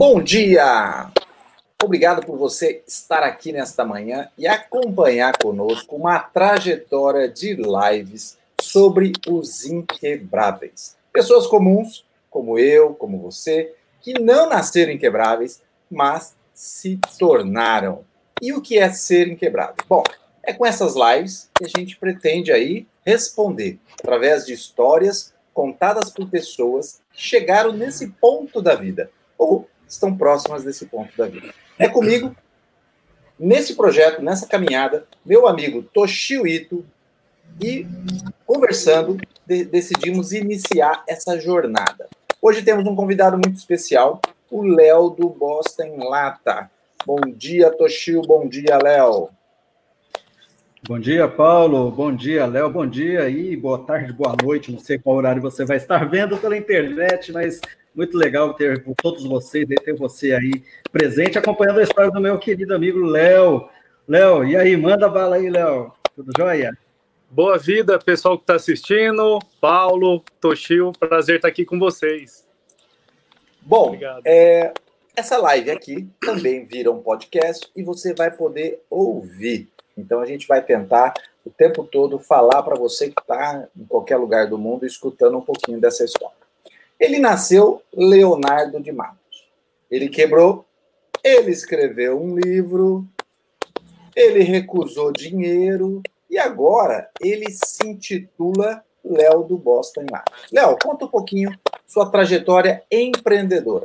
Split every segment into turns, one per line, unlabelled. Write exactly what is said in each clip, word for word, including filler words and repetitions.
Bom dia! Obrigado por você estar aqui nesta manhã e acompanhar conosco uma trajetória de lives sobre os inquebráveis. Pessoas comuns, como eu, como você, que não nasceram inquebráveis, mas se tornaram. E o que é ser inquebrável? Bom, é com essas lives que a gente pretende aí responder, através de histórias contadas por pessoas que chegaram nesse ponto da vida, ou estão próximas desse ponto da vida. É comigo, nesse projeto, nessa caminhada, meu amigo Toshio Ito, e conversando, de- decidimos iniciar essa jornada. Hoje temos um convidado muito especial, o Léo do Bosta em Lata. Bom dia, Toshio. Bom dia, Léo.
Bom dia, Paulo. Bom dia, Léo. Bom dia e boa tarde, boa noite. Não sei qual horário você vai estar vendo pela internet, mas muito legal ter todos vocês, ter você aí presente, acompanhando a história do meu querido amigo Léo. Léo, e aí? Manda bala aí, Léo. Tudo jóia?
Boa vida, pessoal que está assistindo. Paulo, Toshio, prazer estar aqui com vocês.
Bom, é, essa live aqui também vira um podcast e você vai poder ouvir. Então a gente vai tentar o tempo todo falar para você que está em qualquer lugar do mundo escutando um pouquinho dessa história. Ele nasceu Leonardo de Matos. Ele quebrou, ele escreveu um livro, ele recusou dinheiro e agora ele se intitula Léo do Bosta em Lata. Léo, conta um pouquinho sua trajetória empreendedora.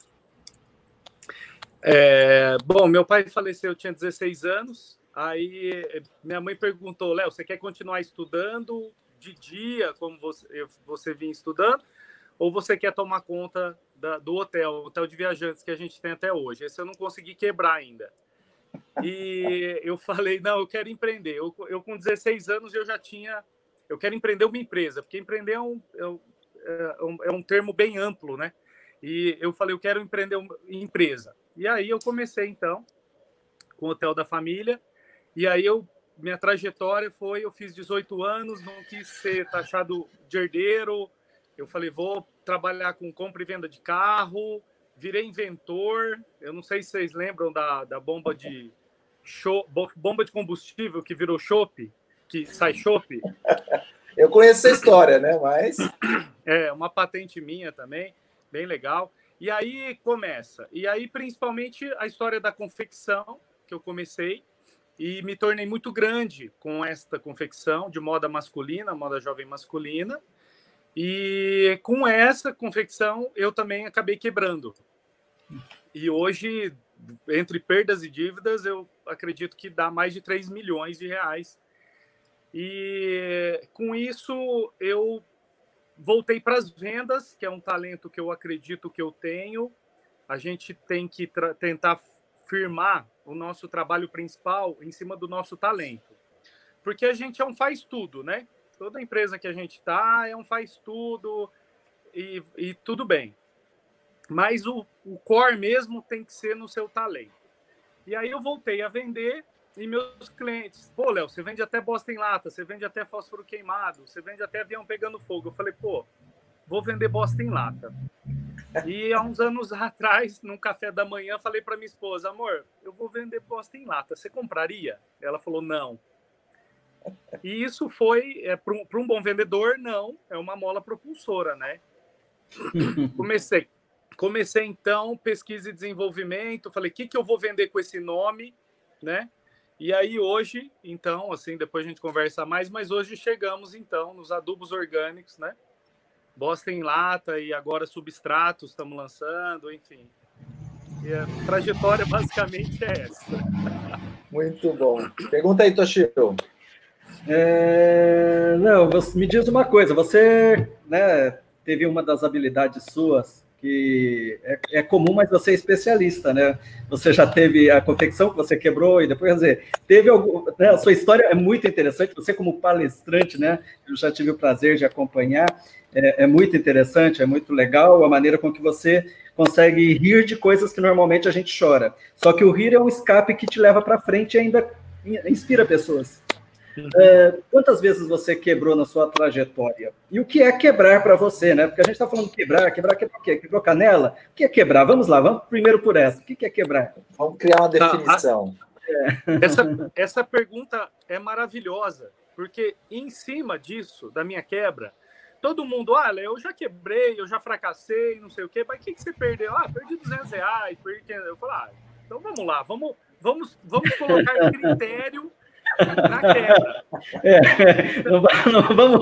É, bom, meu pai faleceu, eu tinha dezesseis anos. Aí minha mãe perguntou: Léo, você quer continuar estudando de dia, como você, você vinha estudando, ou você quer tomar conta da, do hotel, hotel de viajantes que a gente tem até hoje? Esse eu não consegui quebrar ainda. E eu falei: não, eu quero empreender. Eu, eu com dezesseis anos eu já tinha, eu quero empreender uma empresa, porque empreender é um, é um, é um termo bem amplo, né? E eu falei: eu quero empreender uma empresa. E aí eu comecei então com o Hotel da Família. E aí eu, minha trajetória foi, eu fiz dezoito anos, não quis ser taxado de herdeiro. Eu falei: vou trabalhar com compra e venda de carro. Virei inventor. Eu não sei se vocês lembram da, da bomba de cho, bomba de combustível que virou chopp, que sai chopp.
Eu conheço essa história, né? Mas
é uma patente minha também, bem legal. E aí começa. E aí principalmente a história da confecção que eu comecei. E me tornei muito grande com esta confecção de moda masculina, moda jovem masculina. E com essa confecção, eu também acabei quebrando. E hoje, entre perdas e dívidas, eu acredito que dá mais de três milhões de reais. E com isso, eu voltei para as vendas, que é um talento que eu acredito que eu tenho. A gente tem que tentar firmar o nosso trabalho principal em cima do nosso talento. Porque a gente é um faz-tudo, né? Toda empresa que a gente está é um faz-tudo e, e tudo bem. Mas o, o core mesmo tem que ser no seu talento. E aí eu voltei a vender e meus clientes... Pô, Léo, você vende até bosta em lata, você vende até fósforo queimado, você vende até avião pegando fogo. Eu falei: pô, vou vender bosta em lata. E há uns anos atrás, num café da manhã, falei para minha esposa: amor, eu vou vender bosta em lata, você compraria? Ela falou: não. E isso foi, é, para um, para um bom vendedor, não, é uma mola propulsora, né? Comecei, comecei então, pesquisa e desenvolvimento, falei: o que, que eu vou vender com esse nome, né? E aí hoje, então, assim, depois a gente conversa mais, mas hoje chegamos, então, nos adubos orgânicos, né? Bosta em lata e agora substratos estamos lançando, enfim. E a trajetória basicamente é essa.
Muito bom. Pergunta aí, Toshio.
É, não, você, me diz uma coisa, você, né, teve uma das habilidades suas que é, é comum, mas você é especialista, né? Você já teve a confecção que você quebrou e depois, quer dizer, teve algum, né, a sua história é muito interessante, você como palestrante, né, eu já tive o prazer de acompanhar, é, é muito interessante, é muito legal a maneira com que você consegue rir de coisas que normalmente a gente chora, só que o rir é um escape que te leva para frente e ainda inspira pessoas. Uhum. É, quantas vezes você quebrou na sua trajetória? E o que é quebrar para você, né? Porque a gente está falando de quebrar, quebrar, quebrar o quê? Quebrou canela? O que é quebrar? Vamos lá, vamos primeiro por essa. O que é quebrar?
Vamos criar uma definição.
É. Essa, essa pergunta é maravilhosa, porque em cima disso, da minha quebra, todo mundo, olha, eu já quebrei, eu já fracassei, não sei o quê, mas o que, que você perdeu? Ah, perdi duzentos reais, perdi quinhentos. Eu falo, ah, então vamos lá, vamos, vamos, vamos colocar critério na quebra.
É, não, não, vamos...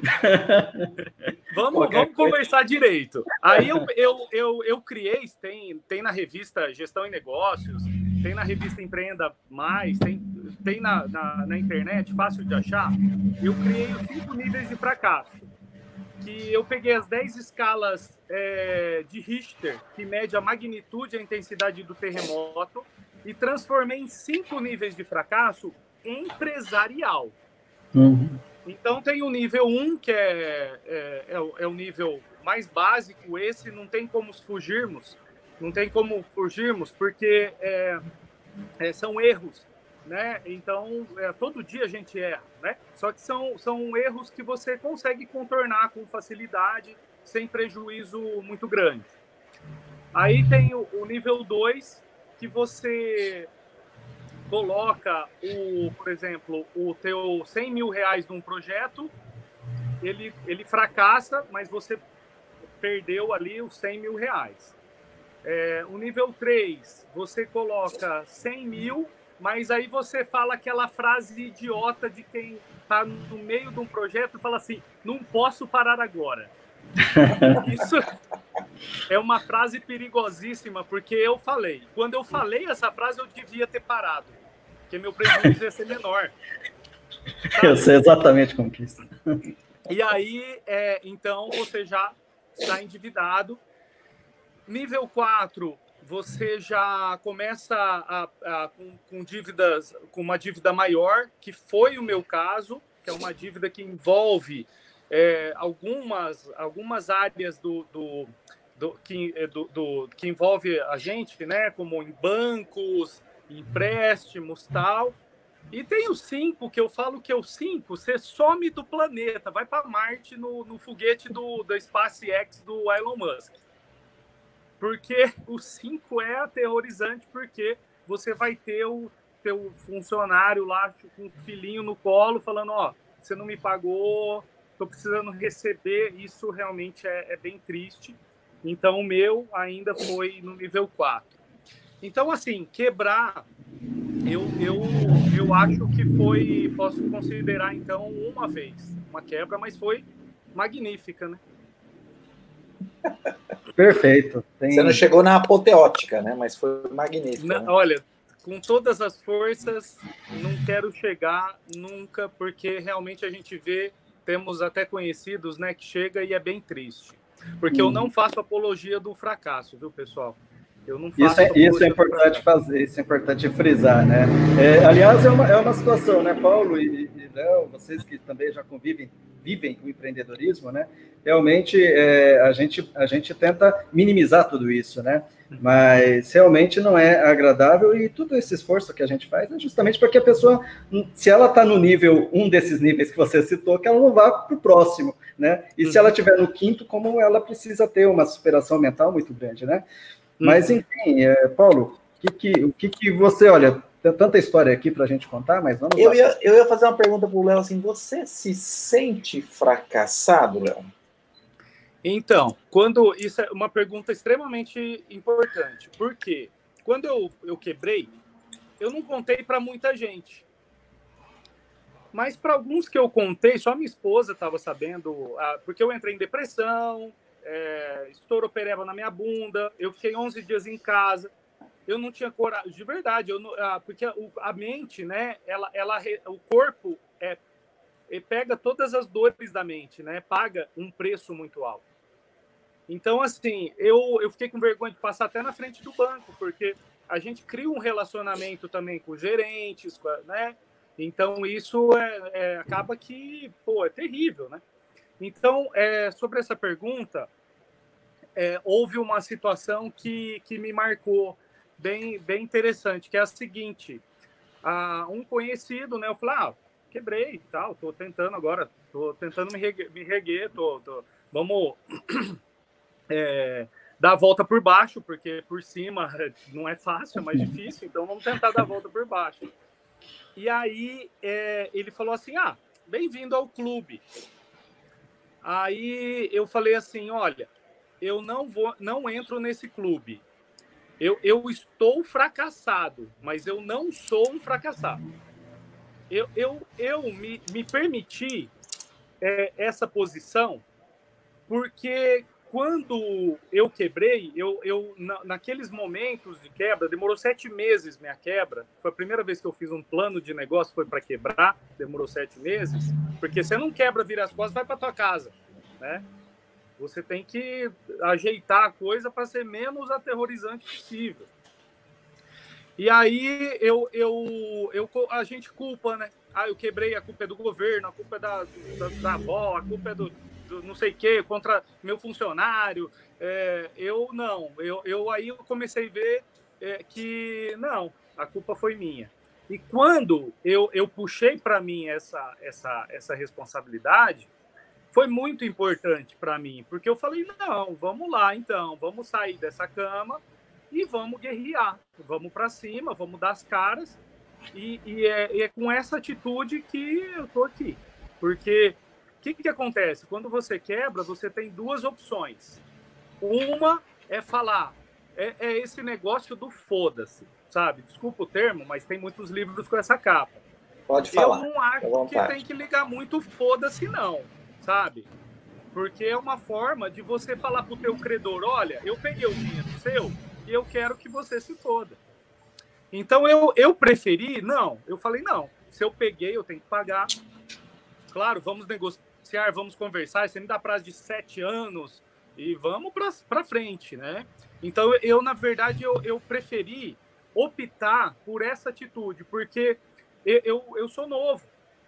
vamos, vamos conversar direito. Aí eu, eu, eu, eu criei, tem, tem na revista Gestão em Negócios, tem na revista Empreenda Mais, tem, tem na, na, na internet, fácil de achar. Eu criei os cinco níveis de fracasso. Que eu peguei as dez escalas é, de Richter, que mede a magnitude e a intensidade do terremoto, e transformei em cinco níveis de fracasso empresarial.
Uhum.
Então, tem o nível um, que é, é, é, o, é o nível mais básico. Esse não tem como fugirmos, não tem como fugirmos, porque é, é, são erros, né? Então, é, todo dia a gente erra, né? Só que são, são erros que você consegue contornar com facilidade, sem prejuízo muito grande. Aí tem o, o nível dois, que você coloca, o, por exemplo, o teu cem mil reais num projeto, ele, ele fracassa, mas você perdeu ali os cem mil reais. É, o nível três, você coloca cem mil, mas aí você fala aquela frase idiota de quem está no meio de um projeto e fala assim, não posso parar agora. Isso é uma frase perigosíssima, porque eu falei. Quando eu falei essa frase, eu devia ter parado, porque meu prejuízo ia ser menor.
Sabe? Eu sei exatamente como que é isso.
E aí, é, então, você já está endividado. Nível quatro, você já começa a, a, com, com dívidas, com uma dívida maior, que foi o meu caso, que é uma dívida que envolve é, algumas, algumas áreas do, do, do, que, do, do, que envolve a gente, né, como em bancos, empréstimos e tal. E tem o cinco, que eu falo que é o cinco, você some do planeta, vai para Marte no, no foguete do, da SpaceX do Elon Musk. Porque o cinco é aterrorizante, porque você vai ter o teu funcionário lá com um filhinho no colo, falando, ó, você não me pagou, estou precisando receber. Isso realmente é, é bem triste. Então, o meu ainda foi no nível quatro. Então, assim, quebrar, eu, eu, eu acho que foi, posso considerar, então, uma vez, uma quebra, mas foi magnífica, né?
Perfeito. Tem...
Você não chegou na apoteótica, né? Mas foi magnífico.
Não,
né?
Olha, com todas as forças, não quero chegar nunca, porque realmente a gente vê, temos até conhecidos, né, que chega e é bem triste. Porque hum. eu não faço apologia do fracasso, viu, pessoal? Eu não faço
isso, é, isso é importante fazer, isso é importante frisar, né? É, aliás, é uma, é uma situação, né, Paulo e, e Léo, vocês que também já convivem, vivem o empreendedorismo, né? Realmente é, a, gente, a gente tenta minimizar tudo isso, né? Mas realmente não é agradável e todo esse esforço que a gente faz é justamente para que a pessoa, se ela está no nível, um desses níveis que você citou, que ela não vá para o próximo, né? E se ela estiver no quinto, como ela precisa ter uma superação mental muito grande, né? Mas, enfim, é, Paulo, que que, o que, que você, olha, tem tanta história aqui para a gente contar, mas vamos
eu
lá.
Ia, eu ia fazer uma pergunta para o Léo, assim, você se sente fracassado, Léo?
Então, quando isso é uma pergunta extremamente importante, porque quando eu, eu quebrei, eu não contei para muita gente. Mas para alguns que eu contei, só minha esposa estava sabendo, ah, porque eu entrei em depressão, é, estourou pereba na minha bunda, eu fiquei onze dias em casa, eu não tinha coragem, de verdade, eu não, ah, porque a, a mente, né, ela, ela, o corpo é, pega todas as dores da mente, né, paga um preço muito alto. Então, assim, eu, eu fiquei com vergonha de passar até na frente do banco, porque a gente cria um relacionamento também com gerentes, né? Então, isso é, é, acaba que, pô, é terrível, né? Então, é, sobre essa pergunta, é, houve uma situação que, que me marcou bem, bem interessante, que é a seguinte. Ah, um conhecido, né? Eu falei, ah, quebrei e tal, tô tentando agora, tô tentando me reguer, me reguer tô, tô, vamos é, dar a volta por baixo, porque por cima não é fácil, é mais difícil, então vamos tentar dar a volta por baixo. E aí é, ele falou assim, ah, bem-vindo ao clube. Aí eu falei assim, olha, eu não vou, não entro nesse clube. Eu, eu estou fracassado, mas eu não sou um fracassado. Eu, eu, eu me, me permiti é, essa posição porque quando eu quebrei, eu, eu na, naqueles momentos de quebra, demorou sete meses minha quebra. Foi a primeira vez que eu fiz um plano de negócio, foi para quebrar, demorou sete meses. Porque você não quebra, vira as costas, vai para tua casa, né? Você tem que ajeitar a coisa para ser menos aterrorizante possível. E aí eu, eu, eu, a gente culpa, né? Ah, eu quebrei, a culpa é do governo, a culpa é da, da, da avó, a culpa é do, do não sei o quê, contra meu funcionário. É, eu não, eu, eu aí eu comecei a ver é, que não, a culpa foi minha. E quando eu, eu puxei para mim essa, essa, essa responsabilidade, foi muito importante para mim, porque eu falei, não, vamos lá então, vamos sair dessa cama e vamos guerrear, vamos para cima, vamos dar as caras, e, e, é, e é com essa atitude que eu tô aqui. Porque o que, que acontece? Quando você quebra, você tem duas opções. Uma é falar, é, é esse negócio do foda-se, sabe? Desculpa o termo, mas tem muitos livros com essa capa.
Pode falar.
Eu não acho que tem que ligar muito foda-se, não. Sabe? Porque é uma forma de você falar pro teu credor, olha, eu peguei o dinheiro seu e eu quero que você se foda. Então eu, eu preferi, não, eu falei, não, se eu peguei, eu tenho que pagar. Claro, vamos negociar, vamos conversar, você me dá prazo de sete anos e vamos pra, pra frente, né? Então eu, na verdade, eu, eu preferi optar por essa atitude, porque eu, eu, eu sou novo.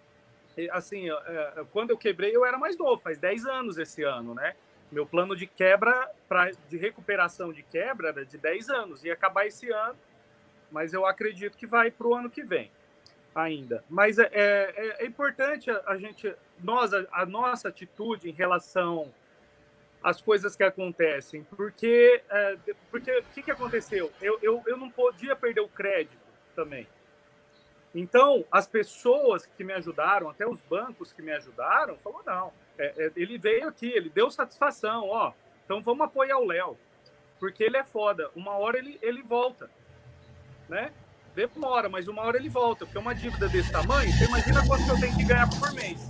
Assim, quando eu quebrei, eu era mais novo, faz dez anos esse ano, né? Meu plano de quebra, pra, de recuperação de quebra, era de dez anos. Ia acabar esse ano, mas eu acredito que vai para o ano que vem ainda. Mas é, é, é importante a, a gente, nós, a, a nossa atitude em relação às coisas que acontecem, porque é, porque o que, que aconteceu? Eu, eu, eu não podia perder o crédito também. Então, as pessoas que me ajudaram, até os bancos que me ajudaram, falou, não, é, é, ele veio aqui, ele deu satisfação, ó, então vamos apoiar o Léo, porque ele é foda, uma hora ele, ele volta, né? Demora, mas uma hora ele volta, porque uma dívida desse tamanho, você imagina quanto que eu tenho que ganhar por mês.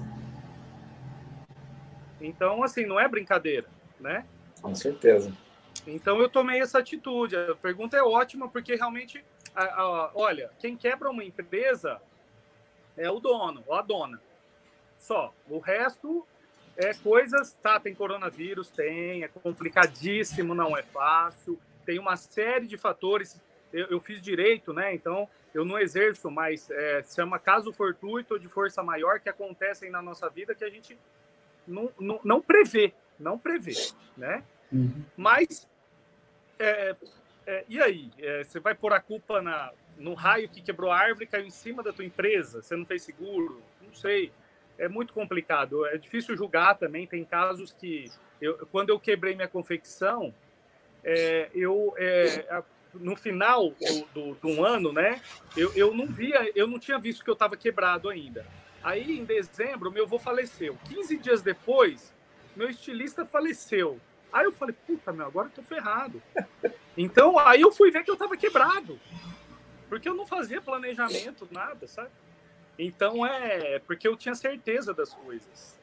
Então, assim, não é brincadeira, né?
Com certeza.
Então, eu tomei essa atitude, a pergunta é ótima, porque realmente... Olha, quem quebra uma empresa é o dono ou a dona. Só. O resto é coisas... Tá, tem coronavírus, tem, é complicadíssimo, não é fácil. Tem uma série de fatores. Eu, eu fiz direito, né? Então, eu não exerço, mas é, se chama caso fortuito ou de força maior que acontecem na nossa vida que a gente não, não, não prevê. Não prevê, né? Uhum. Mas... É, É, e aí? É, você vai pôr a culpa na, no raio que quebrou a árvore e caiu em cima da tua empresa? Você não fez seguro? Não sei. É muito complicado. É difícil julgar também. Tem casos que... Eu, quando eu quebrei minha confecção, é, eu, é, no final do, do, do ano, né, eu, eu não via, eu não tinha visto que eu estava quebrado ainda. Aí, em dezembro, meu avô faleceu. quinze dias depois, meu estilista faleceu. Aí eu falei, puta, meu, agora eu tô ferrado. Então, aí eu fui ver que eu tava quebrado. Porque eu não fazia planejamento, nada, sabe? Então, é... Porque eu tinha certeza das coisas.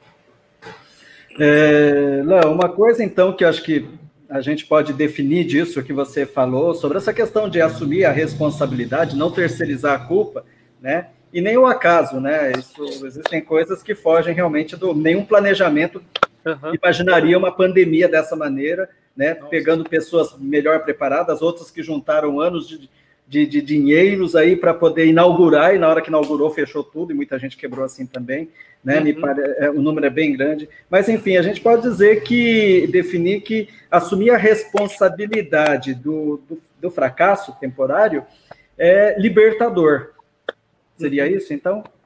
É, Léo, uma coisa, então, que eu acho que a gente pode definir disso que você falou, sobre essa questão de assumir a responsabilidade, não terceirizar a culpa, né? E nem o acaso, né? Isso, existem coisas que fogem realmente do... Nenhum planejamento Uhum. imaginaria uma pandemia dessa maneira, né? Nossa. Pegando pessoas melhor preparadas, outras que juntaram anos de, de, de dinheiros aí para poder inaugurar, e na hora que inaugurou fechou tudo, e muita gente quebrou assim também, né? Uhum. Me pare... O número é bem grande. Mas, enfim, a gente pode dizer que, definir que assumir a responsabilidade do, do, do fracasso temporário é libertador. Seria uhum. isso, então?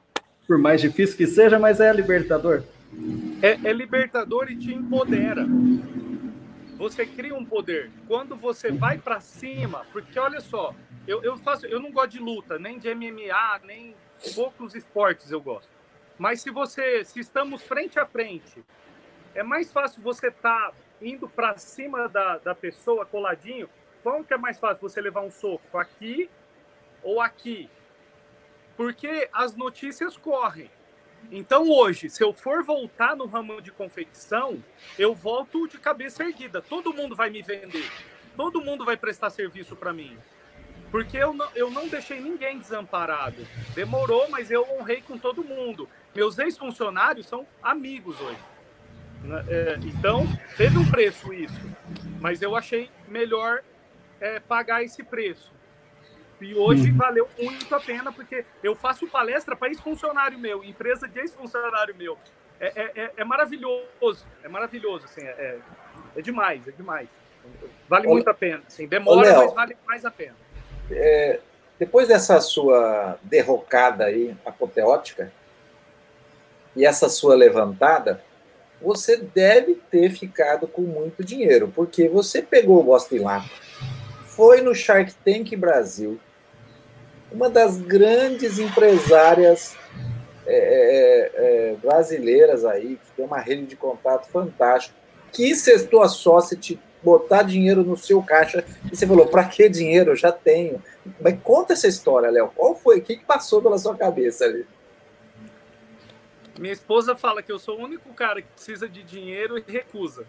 Por mais difícil que seja, mas é libertador.
É, é libertador e te empodera. Você cria um poder. Quando você vai para cima, porque olha só, eu, eu, faço, eu não gosto de luta, nem de M M A, nem poucos esportes eu gosto. Mas se você, se estamos frente a frente, é mais fácil você estar tá indo para cima da, da pessoa, coladinho. Qual que é mais fácil você levar um soco? Aqui ou aqui? Porque as notícias correm. Então, hoje, se eu for voltar no ramo de confecção, eu volto de cabeça erguida. Todo mundo vai me vender. Todo mundo vai prestar serviço para mim. Porque eu não, eu não deixei ninguém desamparado. Demorou, mas eu honrei com todo mundo. Meus ex-funcionários são amigos hoje. É, então, teve um preço isso. Mas eu achei melhor é, pagar esse preço. E hoje
Uhum.
valeu muito a pena, porque eu faço palestra para ex-funcionário meu, empresa de ex-funcionário meu. É, é, é maravilhoso, é maravilhoso, assim, é, é demais, é demais. Vale
Ô,
muito a pena. Assim, demora,
Léo,
mas vale mais a pena.
É, depois dessa sua derrocada aí, apoteótica, e essa sua levantada, você deve ter ficado com muito dinheiro, porque você pegou o Boston Latte, foi no Shark Tank Brasil, uma das grandes empresárias é, é, é, brasileiras aí, que tem uma rede de contato fantástica, que cestou a sócia te botar dinheiro no seu caixa, e você falou, para que dinheiro? Eu já tenho. Mas conta essa história, Léo. Qual foi? O que passou pela sua cabeça ali?
Minha esposa fala que eu sou o único cara que precisa de dinheiro e recusa.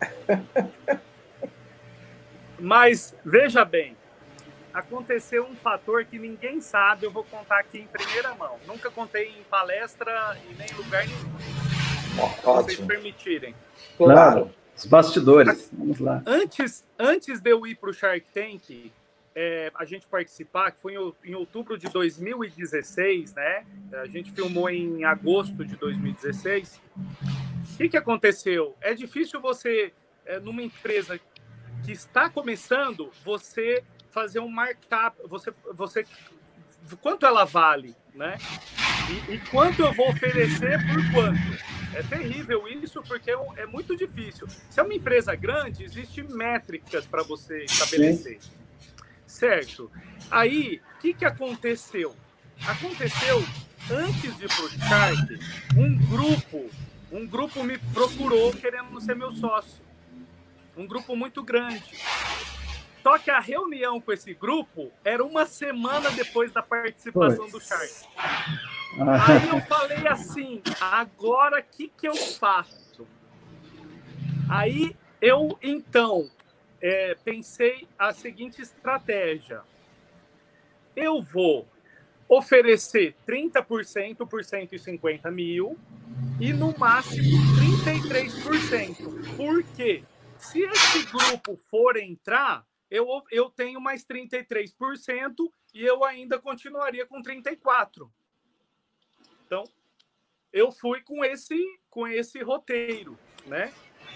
Mas, veja bem, aconteceu um fator que ninguém sabe, eu vou contar aqui em primeira mão. Nunca contei em palestra e nem em lugar nenhum. Se vocês permitirem.
Claro, os bastidores. Vamos lá.
Antes, antes de eu ir para o Shark Tank, é, a gente participar, que foi em, em outubro de dois mil e dezesseis, né? A gente filmou em agosto de dois mil e dezesseis. O que, que aconteceu? É difícil você, é, numa empresa que está começando, você fazer um markup, você, você, quanto ela vale, né? E, e quanto eu vou oferecer por quanto? É terrível isso, porque é muito difícil. Se é uma empresa grande, existem métricas para você estabelecer. Sim. Certo? Aí, o que, que aconteceu? Aconteceu, antes de ir para o Shark, um grupo, um grupo me procurou querendo ser meu sócio. Um grupo muito grande. Só que a reunião com esse grupo era uma semana depois da participação Foi. do Shark. Aí eu falei assim, agora o que, que eu faço? Aí eu, então, é, pensei a seguinte estratégia. Eu vou oferecer trinta por cento por cento e cinquenta mil e, no máximo, trinta e três por cento. Por quê? Se esse grupo for entrar, eu, eu tenho mais trinta e três por cento e eu ainda continuaria com trinta e quatro por cento. Então, eu fui com esse, com esse roteiro, né?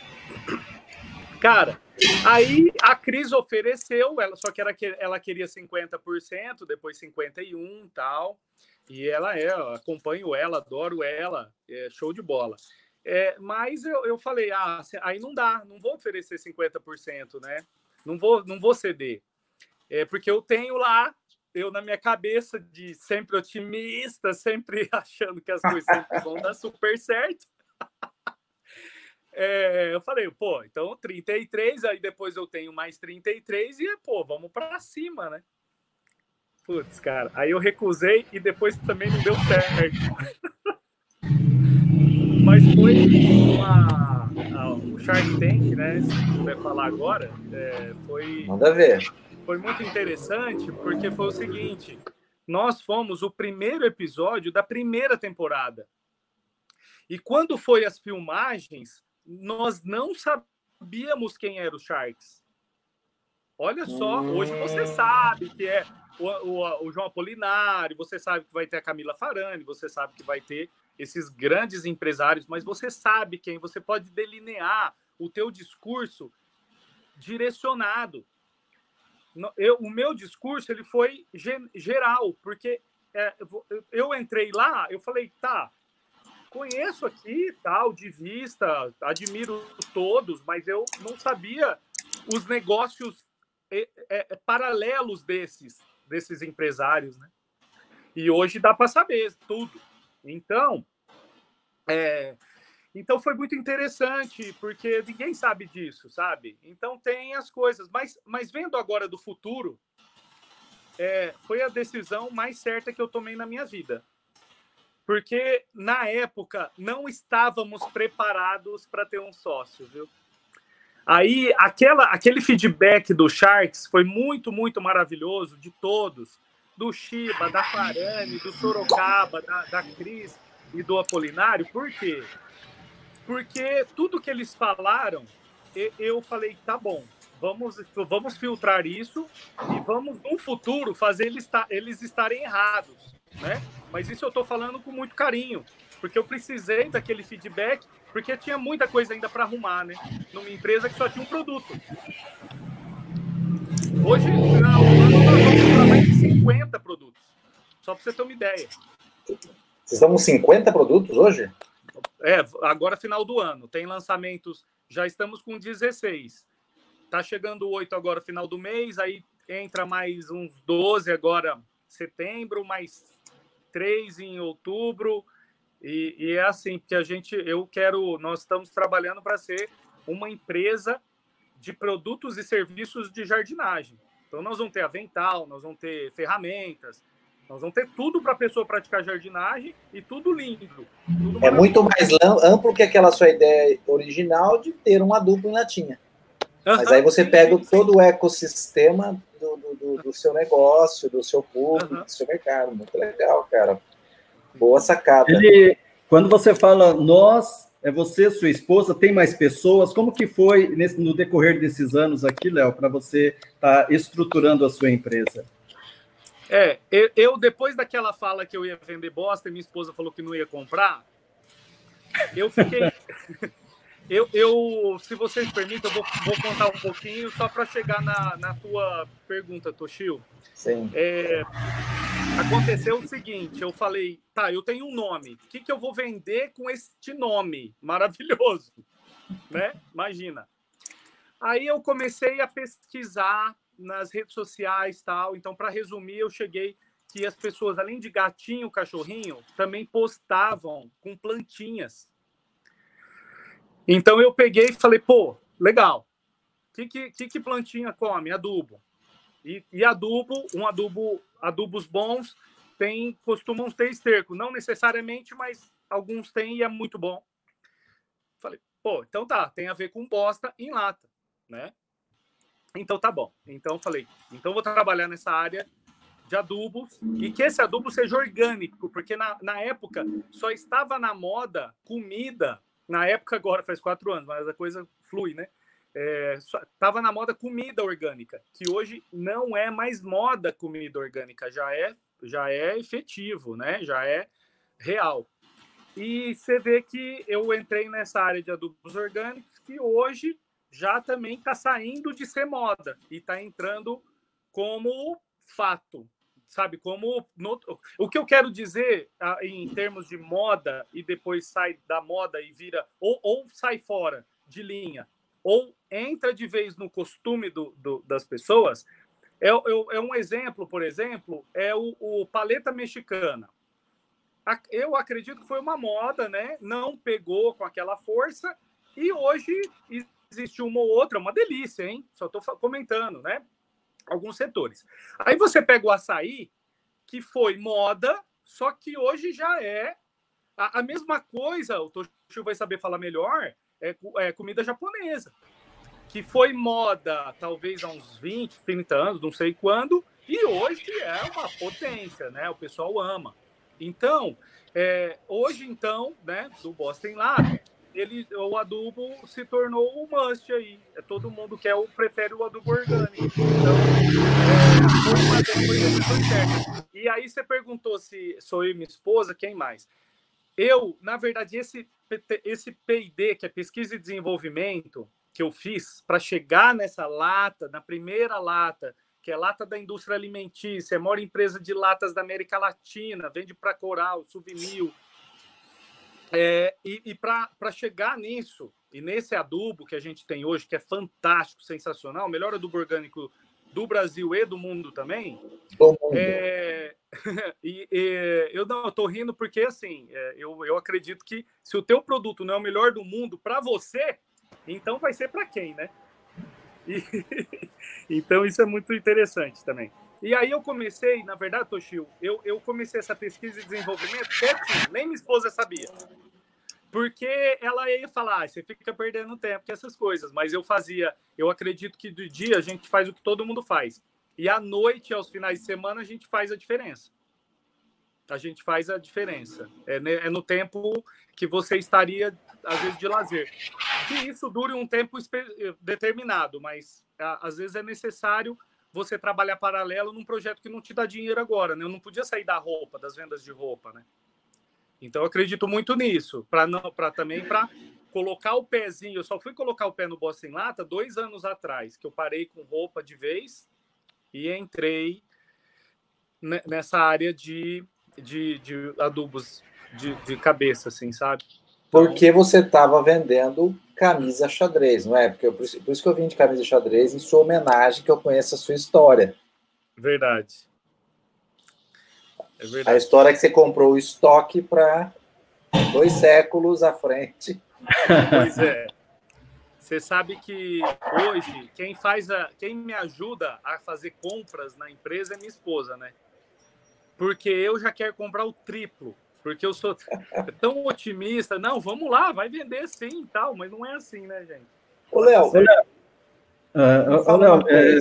Cara, aí a Cris ofereceu, ela, só que ela, ela queria cinquenta por cento, depois cinquenta e um por cento e tal. E ela é, eu acompanho ela, adoro ela, é show de bola. É, mas eu, eu falei, ah, aí não dá, não vou oferecer cinquenta por cento, né? Não vou, não vou ceder. É, porque eu tenho lá, eu na minha cabeça de sempre otimista, sempre achando que as coisas sempre vão dar super certo. É, eu falei, pô, então trinta e três, aí depois eu tenho mais trinta e três e, pô, vamos para cima, né? Putz, cara, aí eu recusei e depois também não deu certo. Mas foi uma, a, o Shark Tank, né? Se puder falar agora, é, foi...
Manda ver.
Foi muito interessante, porque foi o seguinte, nós fomos o primeiro episódio da primeira temporada. E quando foi as filmagens, nós não sabíamos quem eram os Sharks. Olha só, hoje você sabe que é o, o, o João Apolinário, você sabe que vai ter a Camila Farani, você sabe que vai ter esses grandes empresários, mas você sabe quem, você pode delinear o teu discurso direcionado. Eu, o meu discurso ele foi geral, porque é, eu entrei lá, eu falei, tá, conheço aqui, tal, de vista, admiro todos, mas eu não sabia os negócios é, é, paralelos desses, desses empresários, né? E hoje dá para saber tudo. Então, é, então foi muito interessante, porque ninguém sabe disso, sabe? Então tem as coisas. Mas, mas vendo agora do futuro, é, foi a decisão mais certa que eu tomei na minha vida. Porque, na época, não estávamos preparados para ter um sócio, viu? Aí, aquela, aquele feedback do Sharks foi muito, muito maravilhoso, de todos. Do Shiba, da Farane, do Sorocaba, da, da Cris e do Apolinário. Por quê? Porque tudo que eles falaram, eu falei, tá bom, vamos, vamos filtrar isso e vamos, no futuro, fazer eles, eles estarem errados, né? Mas isso eu estou falando com muito carinho, porque eu precisei daquele feedback, porque tinha muita coisa ainda para arrumar, né? Numa empresa que só tinha um produto. Hoje, no final do ano, nós vamos para mais de cinquenta produtos. Só para você ter uma ideia.
Vocês estão com cinquenta produtos hoje?
É, agora final do ano. Tem lançamentos, já estamos com dezesseis. Tá chegando oito agora, final do mês, aí entra mais uns doze agora, setembro, mais três em outubro. E, e é assim, porque a gente, eu quero, nós estamos trabalhando para ser uma empresa de produtos e serviços de jardinagem. Então, nós vamos ter avental, nós vamos ter ferramentas, nós vamos ter tudo para a pessoa praticar jardinagem e tudo lindo. Tudo
é muito mais amplo que aquela sua ideia original de ter um adubo em latinha. Uhum, Mas aí você sim, pega sim, todo sim. o ecossistema do, do, do seu negócio, do seu público, uhum. do seu mercado. Muito legal, cara. Boa sacada.
Ele, quando você fala nós, é você, sua esposa, tem mais pessoas? Como que foi nesse, no decorrer desses anos aqui, Léo, para você estar tá estruturando a sua empresa?
É, eu, eu, depois daquela fala que eu ia vender bosta e minha esposa falou que não ia comprar, eu fiquei... eu, eu, se vocês permitem, eu vou, vou contar um pouquinho só para chegar na, na tua pergunta, Toshio.
Sim.
É, aconteceu o seguinte, eu falei, tá, eu tenho um nome, o que, que eu vou vender com este nome maravilhoso, né? Imagina. Aí eu comecei a pesquisar nas redes sociais e tal, então, para resumir, eu cheguei que as pessoas, além de gatinho, cachorrinho, também postavam com plantinhas. Então, eu peguei e falei, pô, legal, o que, que, que plantinha come? Adubo. E, e adubo, um adubo, adubos bons, tem, costumam ter esterco. Não necessariamente, mas alguns têm e é muito bom. Falei, pô, então tá, tem a ver com bosta em lata, né? Então tá bom. Então falei, então vou trabalhar nessa área de adubos e que esse adubo seja orgânico, porque na, na época só estava na moda comida, na época agora faz quatro anos, mas a coisa flui, né? Estava é, na moda comida orgânica, que hoje não é mais moda comida orgânica, já é, já é efetivo, né? Já é real. E você vê que eu entrei nessa área de adubos orgânicos que hoje já também está saindo de ser moda e está entrando como fato, sabe? Como no... O que eu quero dizer em termos de moda e depois sai da moda e vira ou, ou sai fora de linha ou entra de vez no costume do, do, das pessoas, é, é, é um exemplo, por exemplo, é o, o paleta mexicana. Eu acredito que foi uma moda, né? Não pegou com aquela força e hoje existe uma ou outra, uma delícia, hein? Só estou comentando, né? Alguns setores. Aí você pega o açaí, que foi moda, só que hoje já é a, a mesma coisa, o Toshio vai saber falar melhor, É, é comida japonesa, que foi moda talvez há uns vinte, trinta anos, não sei quando, e hoje é uma potência, né? O pessoal ama. Então, é, hoje, então, né, do Bosta em Lata, ele, o adubo se tornou um must aí. É, todo mundo quer ou prefere o adubo orgânico. Então, é, foi uma decisão certa. E aí você perguntou se sou eu e minha esposa, quem mais? Eu, na verdade, esse, esse P e D, que é Pesquisa e Desenvolvimento, que eu fiz para chegar nessa lata, na primeira lata que é lata da indústria alimentícia, é a maior empresa de latas da América Latina, vende para Coral, Souvenir. É, e e para chegar nisso, e nesse adubo que a gente tem hoje, que é fantástico, sensacional, o melhor adubo orgânico do Brasil e do mundo também,
Bom mundo.
É, e, e, eu não estou rindo porque, assim, é, eu, eu acredito que se o teu produto não é o melhor do mundo para você, então vai ser para quem, né? E, então, isso é muito interessante também. E aí eu comecei, na verdade, Toshio, eu, eu comecei essa pesquisa e desenvolvimento quietinho, nem minha esposa sabia. Porque ela ia falar, ah, você fica perdendo tempo com essas coisas. Mas eu fazia, eu acredito que do dia a gente faz o que todo mundo faz. E à noite, aos finais de semana, a gente faz a diferença. A gente faz a diferença. É, é no tempo que você estaria, às vezes, de lazer. Que isso dure um tempo determinado, mas às vezes é necessário você trabalhar paralelo num projeto que não te dá dinheiro agora, né? Eu não podia sair da roupa, das vendas de roupa, né? Então, eu acredito muito nisso, para não, para também para colocar o pezinho. Eu só fui colocar o pé no Bosta em Lata dois anos atrás, que eu parei com roupa de vez e entrei nessa área de, de, de adubos de, de cabeça, assim, sabe? Então,
porque você estava vendendo camisa xadrez, não é? Porque eu, por isso que eu vim de camisa xadrez, em sua homenagem, que eu conheço a sua história.
Verdade. É verdade.
A história é que você comprou o estoque para dois séculos à frente.
Pois é. Você sabe que hoje, quem, faz a, quem me ajuda a fazer compras na empresa é minha esposa, né? Porque eu já quero comprar o triplo. Porque eu sou tão otimista. Não, vamos lá, vai vender sim e tal. Mas não é assim, né, gente?
Ô, Léo. Ô, Léo. Uh, ô, Léo é...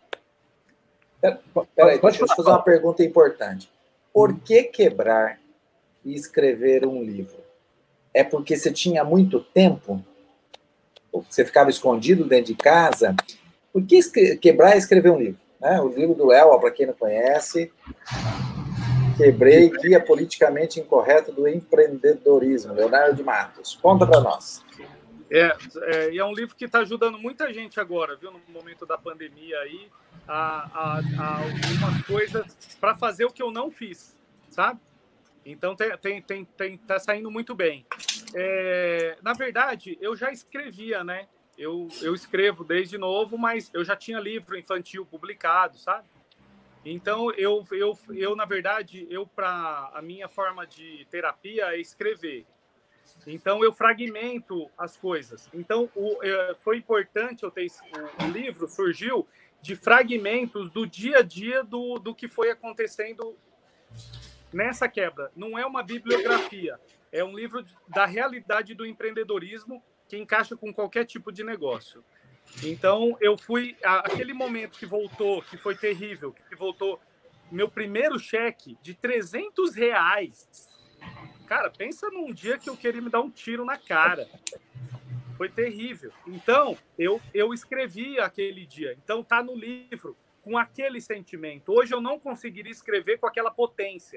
Peraí, deixa eu te fazer uma pergunta importante. Por que quebrar e escrever um livro? É porque você tinha muito tempo? Ou você ficava escondido dentro de casa? Por que quebrar e escrever um livro? Né? O livro do Léo, para quem não conhece... Quebrei, Guia Politicamente Incorreto do Empreendedorismo, Leonardo de Matos. Conta para nós.
É, é, é um livro que está ajudando muita gente agora, viu, no momento da pandemia aí, a, a, a algumas coisas para fazer o que eu não fiz, sabe? Então, tem, tem, tem, tem, tá saindo muito bem. É, na verdade, eu já escrevia, né? Eu, eu escrevo desde novo, mas eu já tinha livro infantil publicado, sabe? Então, eu, eu, eu na verdade, eu para a minha forma de terapia é escrever. Então, eu fragmento as coisas. Então, o, é, foi importante eu ter... O, o livro surgiu de fragmentos do dia a dia do, do que foi acontecendo nessa quebra. Não é uma bibliografia. É um livro da realidade do empreendedorismo que encaixa com qualquer tipo de negócio. Então, eu fui... Aquele momento que voltou, que foi terrível, que voltou meu primeiro cheque de trezentos reais. Cara, pensa num dia que eu queria me dar um tiro na cara. Foi terrível. Então, eu, eu escrevi aquele dia. Então, tá no livro com aquele sentimento. Hoje eu não conseguiria escrever com aquela potência.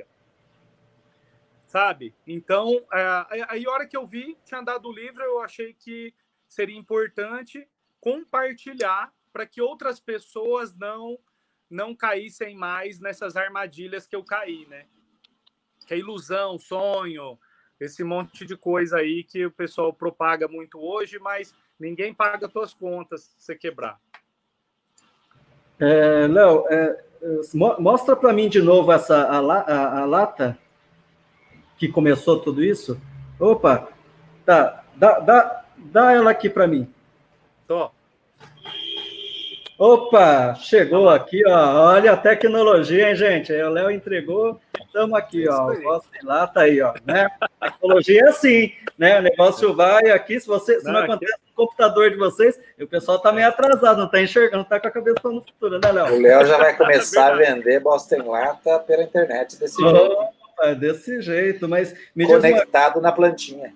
Sabe? Então, aí a hora que eu vi, tinha dado o livro, eu achei que seria importante compartilhar para que outras pessoas não não caíssem mais nessas armadilhas que eu caí, né? Que é ilusão, sonho, esse monte de coisa aí que o pessoal propaga muito hoje, mas ninguém paga tuas contas se você quebrar.
É, Léo, é, mostra para mim de novo essa a, a, a lata que começou tudo isso. Opa, tá, dá, dá, dá ela aqui para mim.
Tô.
Opa, chegou aqui, ó. Olha a tecnologia, hein, gente? O Léo entregou, estamos aqui, ó. O Bosta em Lata aí, ó, né? A tecnologia é assim, né? O negócio vai aqui, se você, se não, não acontece aqui... no computador de vocês, o pessoal tá meio atrasado, não tá enxergando, não tá com a cabeça no futuro, né, Léo?
O Léo já vai começar a vender Bosta em Lata pela internet desse
Opa,
jeito.
É desse jeito, mas me
conectado
diz
uma... na plantinha.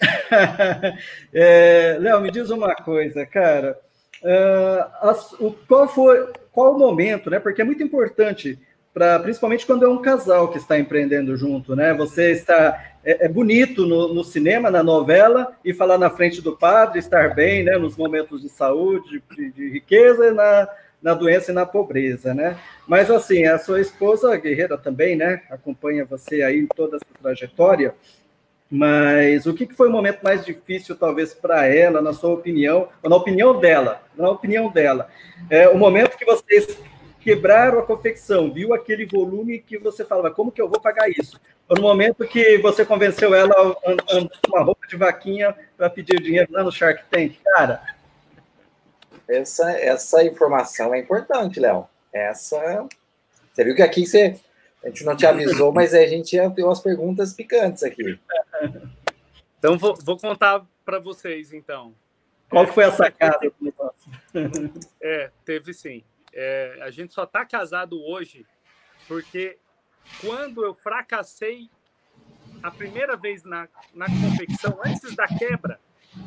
é, Léo, me diz uma coisa, cara. Uh, as, o, qual foi qual o momento, né? Porque é muito importante, pra, principalmente quando é um casal que está empreendendo junto, né? Você está é, é bonito no, no cinema, na novela, e falar na frente do padre, estar bem, né? Nos momentos de saúde, de, de riqueza, e na, na doença e na pobreza, né? Mas, assim, a sua esposa, guerreira também, né? Acompanha você aí em toda essa trajetória. Mas o que foi o momento mais difícil, talvez, para ela, na sua opinião, ou na opinião dela, na opinião dela? É, o momento que vocês quebraram a confecção, viu aquele volume que você falava, como que eu vou pagar isso? Ou no momento que você convenceu ela a andar com uma roupa de vaquinha para pedir dinheiro lá no Shark Tank? Cara...
Essa, essa informação é importante, Léo. Essa... Você viu que aqui você... A gente não te avisou, mas a gente ia ter umas perguntas picantes aqui.
Então, vou, vou contar para vocês, então.
Qual que foi a sacada do negócio?
É, teve sim. É, a gente só está casado hoje porque quando eu fracassei a primeira vez na, na confecção, antes da quebra,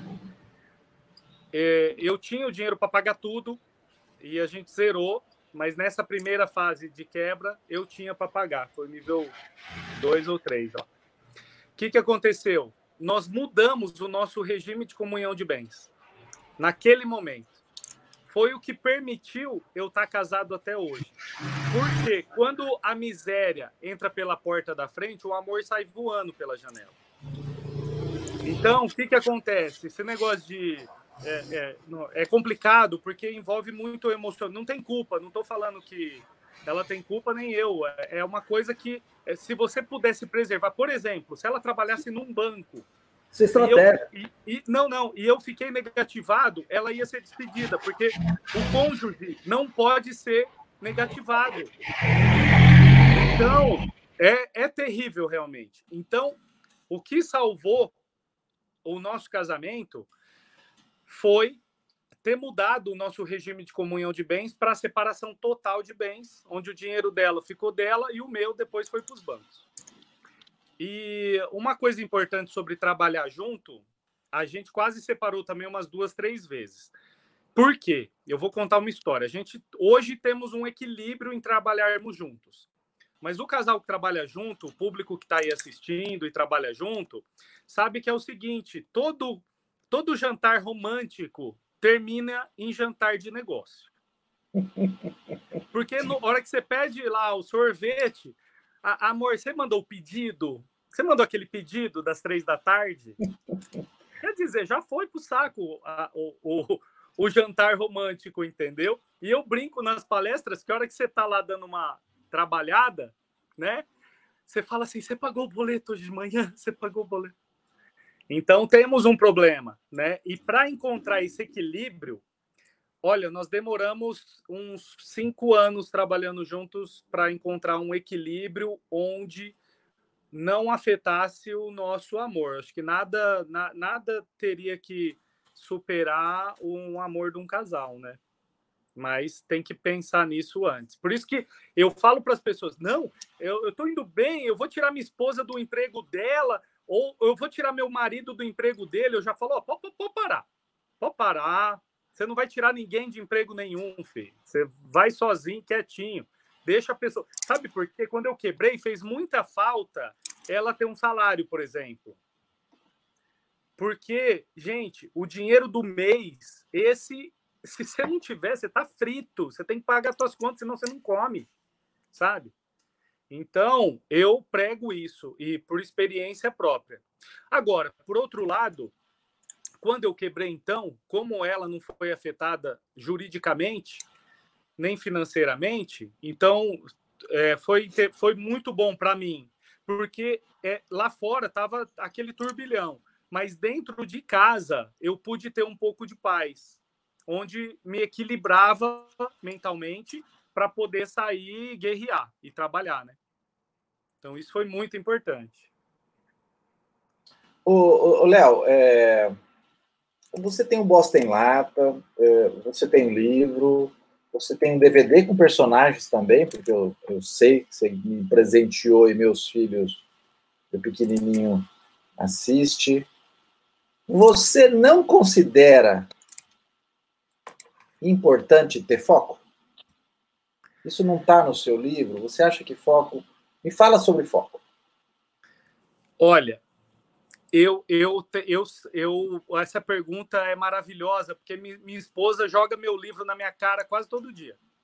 é, eu tinha o dinheiro para pagar tudo e a gente zerou. Mas nessa primeira fase de quebra, eu tinha para pagar. Foi nível dois ou três. O que, que aconteceu? Nós mudamos o nosso regime de comunhão de bens. Naquele momento. Foi o que permitiu eu estar casado até hoje. Porque quando a miséria entra pela porta da frente, o amor sai voando pela janela. Então, o que, que acontece? Esse negócio de... É, é, é complicado porque envolve muito emocional. Não tem culpa, não estou falando que ela tem culpa nem eu. É, é uma coisa que, se você pudesse preservar, por exemplo, se ela trabalhasse num banco.
Se estratégia.
E, eu, e, e não, não, e eu fiquei negativado, ela ia ser despedida, porque o cônjuge não pode ser negativado. Então, é, é terrível realmente. Então, o que salvou o nosso casamento foi ter mudado o nosso regime de comunhão de bens para a separação total de bens, onde o dinheiro dela ficou dela e o meu depois foi para os bancos. E uma coisa importante sobre trabalhar junto, a gente quase separou também umas duas, três vezes. Por quê? Eu vou contar uma história. A gente, hoje temos um equilíbrio em trabalharmos juntos. Mas o casal que trabalha junto, o público que está aí assistindo e trabalha junto, sabe que é o seguinte, todo... Todo jantar romântico termina em jantar de negócio. Porque na hora que você pede lá o sorvete, a, amor, você mandou o pedido? Você mandou aquele pedido das três da tarde? Quer dizer, já foi pro saco a, o, o, o jantar romântico, entendeu? E eu brinco nas palestras que a hora que você tá lá dando uma trabalhada, né? Você fala assim, você pagou o boleto hoje de manhã? Você pagou o boleto? Então, temos um problema, né? E para encontrar esse equilíbrio, olha, nós demoramos uns cinco anos trabalhando juntos para encontrar um equilíbrio onde não afetasse o nosso amor. Acho que nada, na, nada teria que superar um amor de um casal, né? Mas tem que pensar nisso antes. Por isso que eu falo para as pessoas, não, eu estou indo bem, eu vou tirar minha esposa do emprego dela, ou eu vou tirar meu marido do emprego dele. Eu já falo, ó, pode, pode parar, pode parar. Você não vai tirar ninguém de emprego nenhum, filho. Você vai sozinho, quietinho. Deixa a pessoa... Sabe por quê? Quando eu quebrei, fez muita falta ela ter um salário, por exemplo. Porque, gente, o dinheiro do mês, esse... Se você não tiver, você tá frito. Você tem que pagar as suas contas, senão você não come, sabe? Então, eu prego isso, e por experiência própria. Agora, por outro lado, quando eu quebrei, então, como ela não foi afetada juridicamente, nem financeiramente, então é, foi, foi muito bom para mim, porque é, lá fora estava aquele turbilhão, mas dentro de casa eu pude ter um pouco de paz, onde me equilibrava mentalmente para poder sair e guerrear e trabalhar, né? Então, isso foi muito importante.
Ô, ô, Léo, é... você tem um Bosta em Lata, é... você tem um livro, você tem um D V D com personagens também, porque eu, eu sei que você me presenteou e meus filhos, eu pequenininho, assiste. Você não considera importante ter foco? Isso não está no seu livro? Você acha que foco... Me fala sobre foco.
Olha, eu, eu, eu, eu, essa pergunta é maravilhosa, porque minha esposa joga meu livro na minha cara quase todo dia.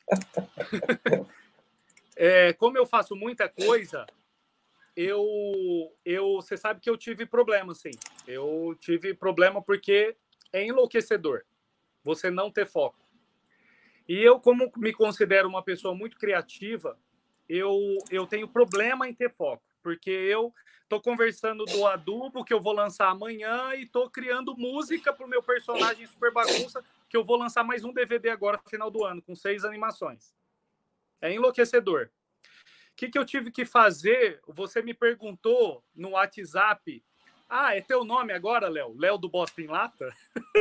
É, como eu faço muita coisa, eu, eu, você sabe que eu tive problema, sim. Eu tive problema porque é enlouquecedor você não ter foco. E eu, como me considero uma pessoa muito criativa, eu, eu tenho problema em ter foco, porque eu estou conversando do adubo que eu vou lançar amanhã e estou criando música para o meu personagem Super Bagunça, que eu vou lançar mais um D V D agora no final do ano, com seis animações. É enlouquecedor. O que, que eu tive que fazer? Você me perguntou no WhatsApp. Ah, é teu nome agora, Léo? Léo do Bosta em Lata?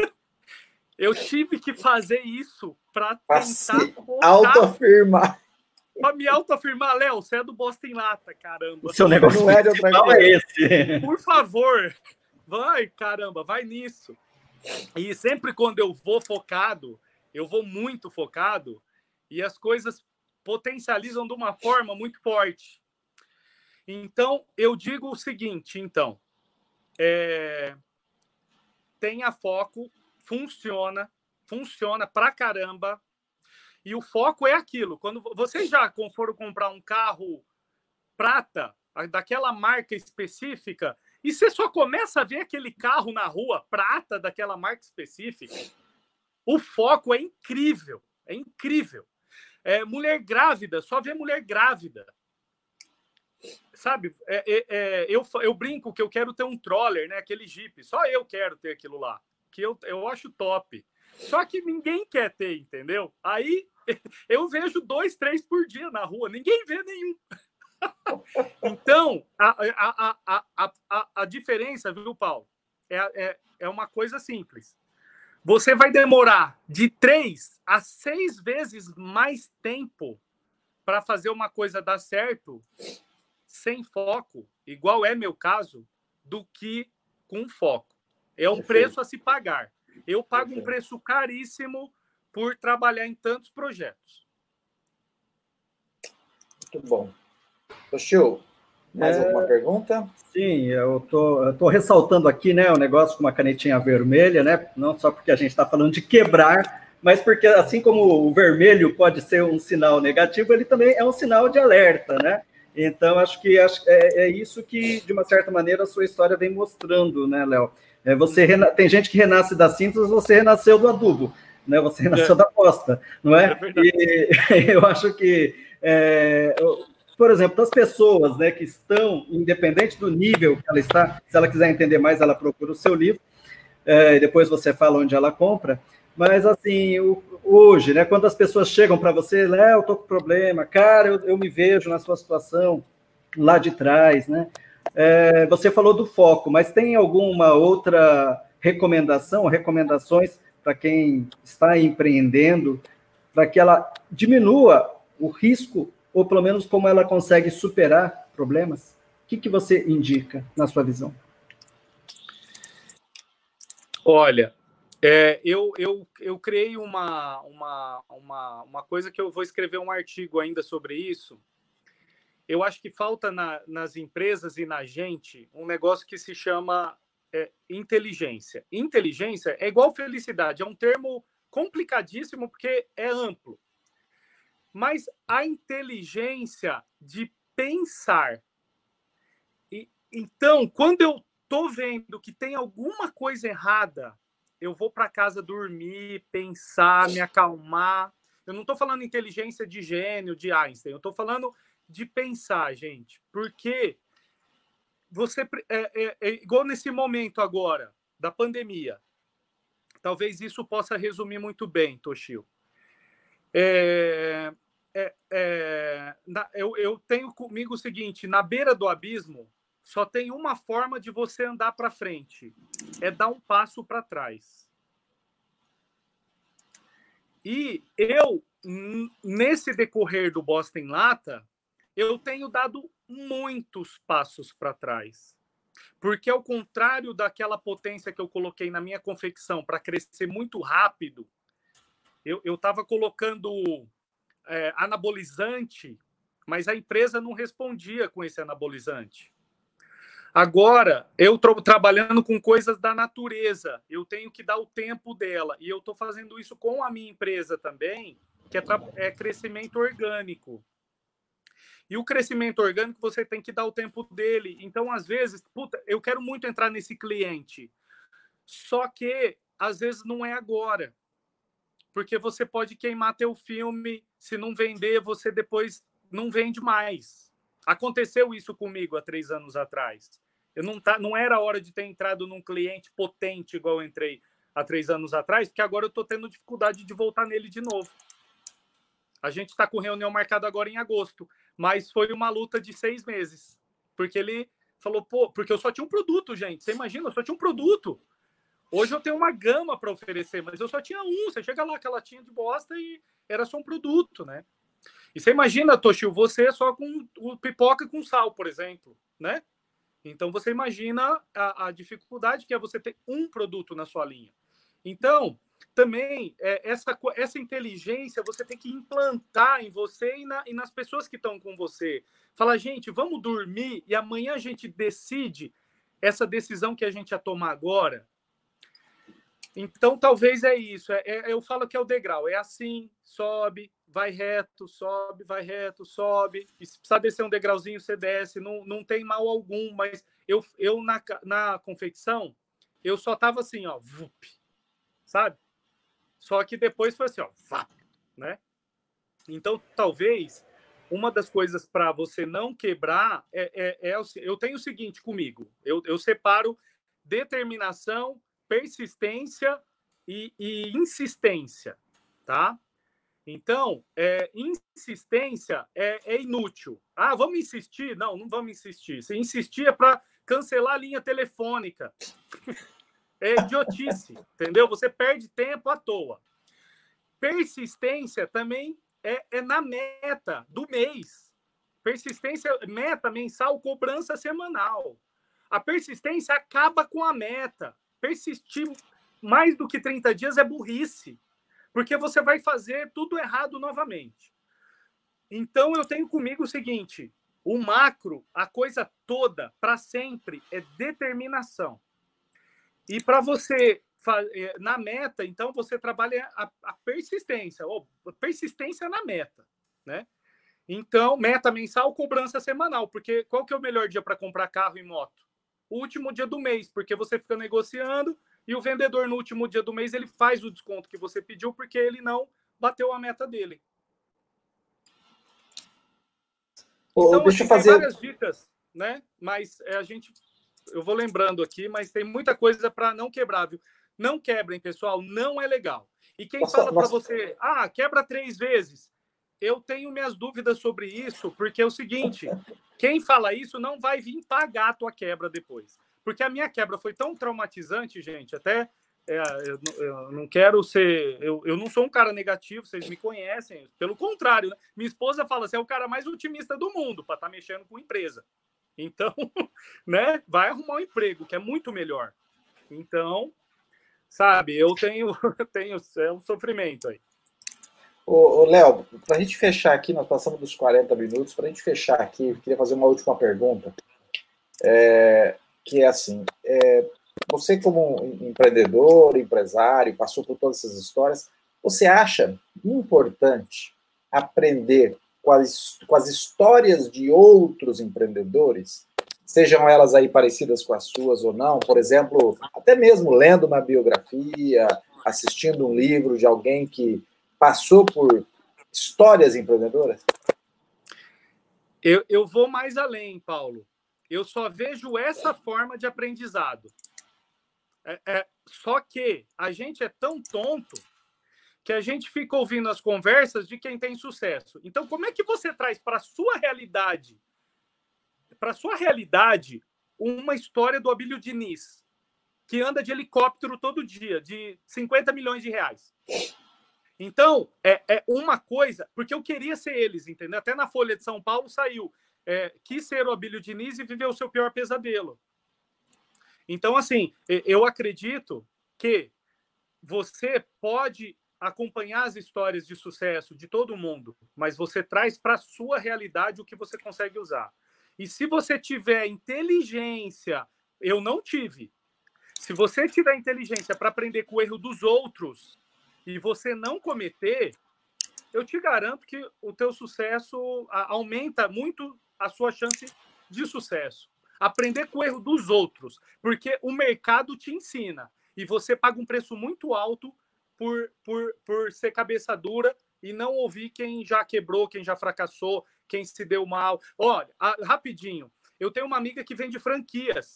Eu tive que fazer isso para tentar
autoafirmar.
Para me autoafirmar, Léo, você é do Bosta em Lata, caramba.
O seu negócio não é de outra coisa. É esse.
Por favor, vai, caramba, vai nisso. E sempre quando eu vou focado, eu vou muito focado, e as coisas potencializam de uma forma muito forte. Então, eu digo o seguinte, então, é... tenha foco, funciona, funciona pra caramba, e o foco é aquilo. Quando vocês já foram comprar um carro prata, daquela marca específica, e você só começa a ver aquele carro na rua prata daquela marca específica, o foco é incrível, é incrível. É, mulher grávida, só vê mulher grávida. Sabe? É, é, é, eu, eu brinco que eu quero ter um troller, né? Aquele Jeep. Só eu quero ter aquilo lá. Que eu, eu acho top. Só que ninguém quer ter, entendeu? Aí eu vejo dois, três por dia na rua. Ninguém vê nenhum. Então, a, a, a, a, a, a diferença, viu, Paulo? É, é, é uma coisa simples. Você vai demorar de três a seis vezes mais tempo para fazer uma coisa dar certo sem foco, igual é meu caso, do que com foco. É um preço a se pagar. Eu pago um preço caríssimo por trabalhar em tantos projetos.
Muito bom. Toshio, mais é... alguma pergunta?
Sim, eu tô, eu tô ressaltando aqui, né, o negócio com uma canetinha vermelha, né, não só porque a gente está falando de quebrar, mas porque assim como o vermelho pode ser um sinal negativo, ele também é um sinal de alerta, né? Então, acho que acho, é, é isso que, de uma certa maneira, a sua história vem mostrando, né, Léo? É, você rena... Tem gente que renasce das cinzas, você renasceu do adubo, né? Você renasceu é. da costa, não é? é e eu acho que... É... Por exemplo, das pessoas, né, que estão, independente do nível que ela está, se ela quiser entender mais, ela procura o seu livro, é, e depois você fala onde ela compra, mas assim, o, hoje, né, quando as pessoas chegam para você, Léo, eu tô com problema, cara, eu, eu me vejo na sua situação lá de trás, né, é, você falou do foco, mas tem alguma outra recomendação, recomendações para quem está empreendendo, para que ela diminua o risco ou pelo menos como ela consegue superar problemas? O que, que você indica na sua visão?
Olha, é, eu, eu, eu criei uma, uma, uma, uma coisa que eu vou escrever um artigo ainda sobre isso. Eu acho que falta na, nas empresas e na gente um negócio que se chama é, inteligência. Inteligência é igual felicidade, é um termo complicadíssimo porque é amplo. Mas a inteligência de pensar. E, então, quando eu estou vendo que tem alguma coisa errada, eu vou para casa dormir, pensar, me acalmar. Eu não estou falando inteligência de gênio, de Einstein. Eu estou falando de pensar, gente. Porque você é, é, é igual nesse momento agora, da pandemia. Talvez isso possa resumir muito bem, Toshio. É, é, é, na, eu, eu tenho comigo o seguinte, na beira do abismo, só tem uma forma de você andar para frente, é dar um passo para trás. E eu, nesse decorrer do Bosta em Lata, eu tenho dado muitos passos para trás. Porque, ao contrário daquela potência que eu coloquei na minha confecção para crescer muito rápido, eu estava colocando é, anabolizante, mas a empresa não respondia com esse anabolizante. Agora, eu estou trabalhando com coisas da natureza, eu tenho que dar o tempo dela, e eu estou fazendo isso com a minha empresa também, que é, é crescimento orgânico. E o crescimento orgânico você tem que dar o tempo dele. Então, às vezes, puta, eu quero muito entrar nesse cliente. Só que, às vezes, não é agora. Porque você pode queimar teu filme, se não vender, você depois não vende mais. Aconteceu isso comigo há três anos atrás. Eu não, tá, não era hora de ter entrado num cliente potente igual eu entrei há três anos atrás, porque agora eu estou tendo dificuldade de voltar nele de novo. A gente está com reunião marcada agora em agosto, mas foi uma luta de seis meses. Porque ele falou, pô, porque eu só tinha um produto, gente. Você imagina, eu só tinha um produto. Hoje eu tenho uma gama para oferecer, mas eu só tinha um. Você chega lá, aquela latinha de bosta e era só um produto, né? E você imagina, Toshio, você só com o pipoca com sal, por exemplo, né? Então você imagina a, a dificuldade que é você ter um produto na sua linha. Então, também, é, essa, essa inteligência você tem que implantar em você e, na, e nas pessoas que estão com você. Fala, gente, vamos dormir e amanhã a gente decide essa decisão que a gente ia tomar agora. Então, talvez é isso. É, é, eu falo que é o degrau. É assim, sobe, vai reto, sobe, vai reto, sobe. E se precisar descer um degrauzinho, você desce. Não, não tem mal algum, mas eu, eu na, na confecção, eu só tava assim, ó, vup, sabe? Só que depois foi assim, ó, vap, né? Então, talvez, uma das coisas para você não quebrar é, é, é... Eu tenho o seguinte comigo. Eu, eu separo determinação, persistência e, e insistência, tá? Então, é, insistência é, é inútil. Ah, vamos insistir? Não, não vamos insistir. Se insistir é para cancelar a linha telefônica. É idiotice, entendeu? Você perde tempo à toa. Persistência também é, é na meta do mês. Persistência, meta mensal, cobrança semanal. A persistência acaba com a meta. Persistir mais do que trinta dias é burrice, porque você vai fazer tudo errado novamente. Então, eu tenho comigo o seguinte, o macro, a coisa toda, para sempre, é determinação. E para você, na meta, então, você trabalha a, a persistência, ou persistência na meta, né? Então, meta mensal, cobrança semanal, porque qual que é o melhor dia para comprar carro e moto? O último dia do mês, porque você fica negociando e o vendedor no último dia do mês ele faz o desconto que você pediu porque ele não bateu a meta dele.
Então,
oh,
deixa
assim,
eu fazer
tem várias dicas, né? Mas é, a gente, eu vou lembrando aqui, mas tem muita coisa para não quebrar, viu? Não quebrem, pessoal, não é legal. E quem nossa, fala para você, ah, quebra três vezes, eu tenho minhas dúvidas sobre isso, porque é o seguinte, quem fala isso não vai vir pagar a tua quebra depois. Porque a minha quebra foi tão traumatizante, gente, até é, eu, eu não quero ser... Eu, eu não sou um cara negativo, vocês me conhecem, pelo contrário, né? Minha esposa fala, você é o cara mais otimista do mundo para estar tá mexendo com empresa. Então, né, vai arrumar um emprego, que é muito melhor. Então, sabe, eu tenho, tenho é um sofrimento aí.
Ô, ô Léo, para a gente fechar aqui, nós passamos dos quarenta minutos, para a gente fechar aqui, eu queria fazer uma última pergunta, é, que é assim, é, você como empreendedor, empresário, passou por todas essas histórias, você acha importante aprender com as, com as histórias de outros empreendedores, sejam elas aí parecidas com as suas ou não, por exemplo, até mesmo lendo uma biografia, assistindo um livro de alguém que passou por histórias empreendedoras?
Eu, eu vou mais além, Paulo. Eu só vejo essa forma de aprendizado. É, é, só que a gente é tão tonto que a gente fica ouvindo as conversas de quem tem sucesso. Então, como é que você traz para a sua realidade, para a sua realidade, uma história do Abílio Diniz, que anda de helicóptero todo dia, de cinquenta milhões de reais? Então, é, é uma coisa, porque eu queria ser eles, entendeu? Até na Folha de São Paulo saiu, é, quis ser o Abílio Diniz e viveu o seu pior pesadelo. Então, assim, eu acredito que você pode acompanhar as histórias de sucesso de todo mundo, mas você traz para a sua realidade o que você consegue usar. E se você tiver inteligência, eu não tive, se você tiver inteligência para aprender com o erro dos outros, e você não cometer, eu te garanto que o teu sucesso aumenta muito a sua chance de sucesso. Aprender com o erro dos outros, porque o mercado te ensina e você paga um preço muito alto por, por, por ser cabeça dura e não ouvir quem já quebrou, quem já fracassou, quem se deu mal. Olha, a, rapidinho, eu tenho uma amiga que vende franquias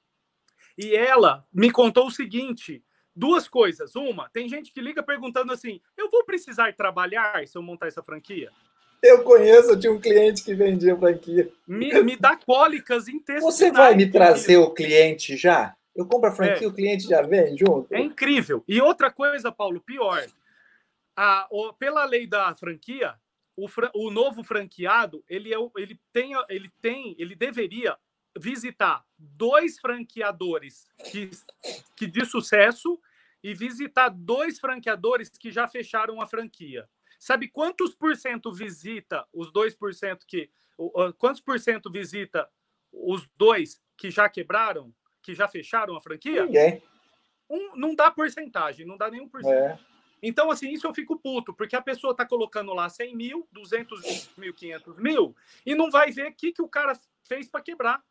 e ela me contou o seguinte, duas coisas. Uma, tem gente que liga perguntando assim, eu vou precisar trabalhar se eu montar essa franquia?
Eu conheço, eu tinha um cliente que vendia franquia.
Me, me dá cólicas intestinais.
Você vai me trazer o cliente já? Eu compro a franquia,
é.
o cliente já vem junto?
É incrível. E outra coisa, Paulo, pior. A, o, pela lei da franquia, o, o novo franqueado, ele, é, ele, tem, ele tem, ele deveria visitar dois franqueadores que, que de sucesso e visitar dois franqueadores que já fecharam a franquia. Sabe quantos por cento visita os dois por cento que... Quantos por cento visita os dois que já quebraram, que já fecharam a franquia?
Ninguém.
Um, não dá porcentagem, não dá nenhum por cento. É. Então, assim, isso eu fico puto, porque a pessoa está colocando lá cem mil, duzentos mil, quinhentos mil, e não vai ver o que, que o cara fez para quebrar.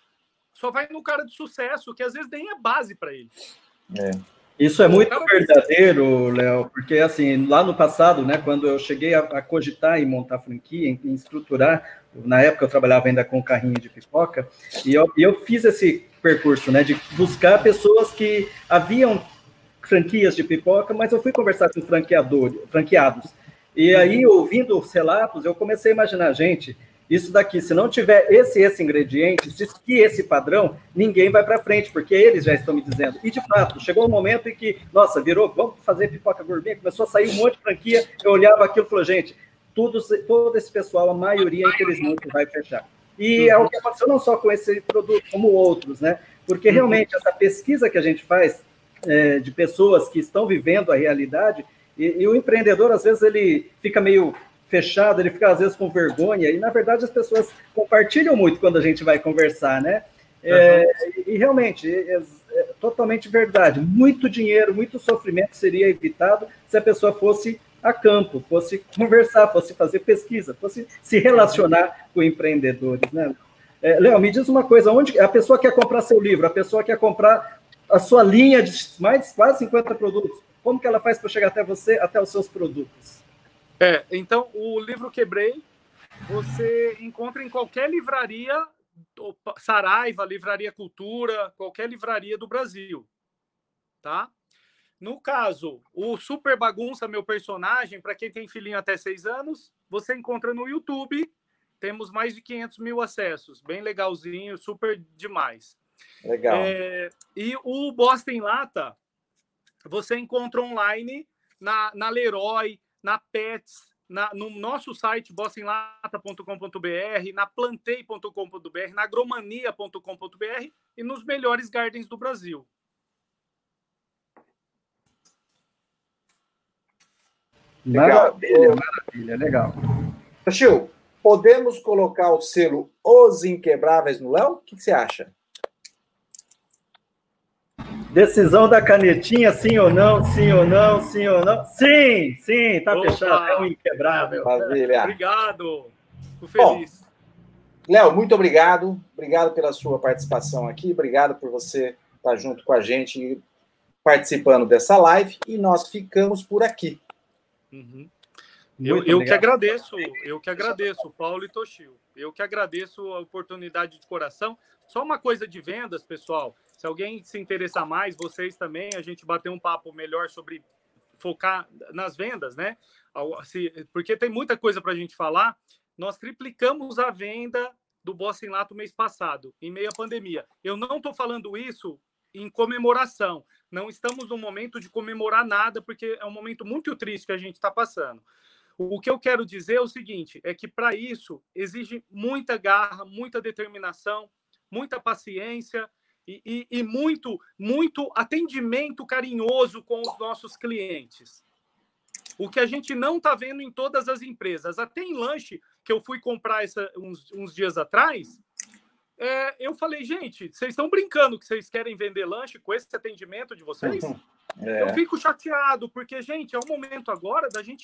Só vai no cara de sucesso, que às vezes nem é base para ele.
É. Isso é muito verdadeiro, Léo, porque, assim, lá no passado, né, quando eu cheguei a, a cogitar em montar franquia, em, em estruturar, na época eu trabalhava ainda com carrinho de pipoca, e eu, e eu fiz esse percurso, né, de buscar pessoas que haviam franquias de pipoca, mas eu fui conversar com franqueadores, franqueados, e aí, ouvindo os relatos, eu comecei a imaginar, gente, isso daqui, se não tiver esse esse ingrediente, se esse padrão, ninguém vai para frente, porque eles já estão me dizendo. E, de fato, chegou um momento em que, nossa, virou, vamos fazer pipoca gourmet, começou a sair um monte de franquia, eu olhava aquilo e falei, gente, tudo, todo esse pessoal, a maioria, infelizmente, vai fechar. E é o que aconteceu não só com esse produto, como outros, né? Porque, realmente, essa pesquisa que a gente faz é, de pessoas que estão vivendo a realidade, e, e o empreendedor, às vezes, ele fica meio... fechado, ele fica às vezes com vergonha, e na verdade as pessoas compartilham muito quando a gente vai conversar, né? É, uhum. E realmente, é, é totalmente verdade, muito dinheiro, muito sofrimento seria evitado se a pessoa fosse a campo, fosse conversar, fosse fazer pesquisa, fosse se relacionar com empreendedores, né? É, Léo, me diz uma coisa, onde a pessoa quer comprar seu livro, a pessoa quer comprar a sua linha de mais de quase cinquenta produtos, como que ela faz para chegar até você, até os seus produtos?
É, então, o livro Quebrei, você encontra em qualquer livraria, Saraiva, Livraria Cultura, qualquer livraria do Brasil, tá? No caso, o Super Bagunça, meu personagem, para quem tem filhinho até seis anos, você encontra no YouTube, temos mais de quinhentos mil acessos, bem legalzinho, super demais.
Legal.
É, e o Bosta em Lata, você encontra online na, na Leroy, na Pets, na, no nosso site bosta em lata ponto com ponto b r, na plantei ponto com ponto b r, na agromania ponto com ponto b r e nos melhores gardens do Brasil.
Legal.
Maravilha, maravilha, legal.
Toshio, podemos colocar o selo Os Inquebráveis no Léo? O que, que você acha?
Decisão da canetinha, sim ou não, sim ou não, sim ou não. Sim, sim, tá Opa, fechado, é um inquebrável.
Maravilha.
Obrigado, fico feliz.
Léo, muito obrigado, obrigado pela sua participação aqui, obrigado por você estar junto com a gente, participando dessa live, e nós ficamos por aqui.
Uhum. Eu, eu que agradeço, eu que agradeço, Paulo e Toshio. Eu que agradeço a oportunidade de coração. Só uma coisa de vendas, pessoal. Se alguém se interessar mais, vocês também, a gente bater um papo melhor sobre focar nas vendas, né? Porque tem muita coisa para a gente falar. Nós triplicamos a venda do Bosta em Lata o mês passado, em meio à pandemia. Eu não estou falando isso em comemoração. Não estamos num momento de comemorar nada, porque é um momento muito triste que a gente está passando. O que eu quero dizer é o seguinte, é que para isso exige muita garra, muita determinação, muita paciência e, e, e muito, muito atendimento carinhoso com os nossos clientes. O que a gente não está vendo em todas as empresas. Até em lanche, que eu fui comprar essa, uns, uns dias atrás, é, eu falei, gente, vocês estão brincando que vocês querem vender lanche com esse atendimento de vocês? É. Eu fico chateado, porque, gente, é o momento agora da gente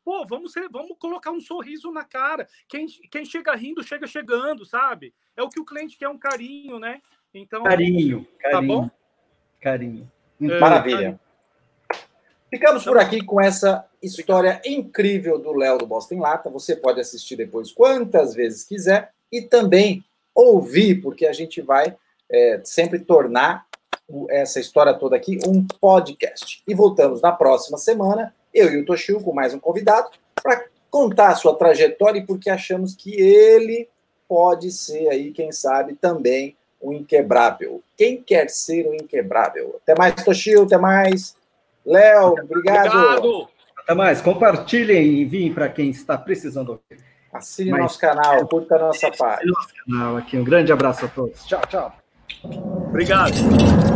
pô, vamos, ser, vamos colocar um sorriso na cara. Quem, quem chega rindo, chega chegando, sabe? É o que o cliente quer, um carinho, né? Então,
carinho, carinho.
Tá bom?
Carinho.
É, Maravilha. Ficamos por aqui com essa história incrível do Léo do Bosta em Lata. Você pode assistir depois quantas vezes quiser e também ouvir, porque a gente vai é, sempre tornar essa história toda aqui um podcast. E voltamos na próxima semana, eu e o Toshio, com mais um convidado, para contar a sua trajetória e porque achamos que ele pode ser aí, quem sabe, também um inquebrável. Quem quer ser um inquebrável? Até mais, Toshio, até mais. Léo, obrigado.
Obrigado.
Até mais. Compartilhem e enviem para quem está precisando.
Assine Mas, nosso canal, curta a nossa página.
Nosso canal aqui. Um grande abraço a todos. Tchau, tchau.
Obrigado.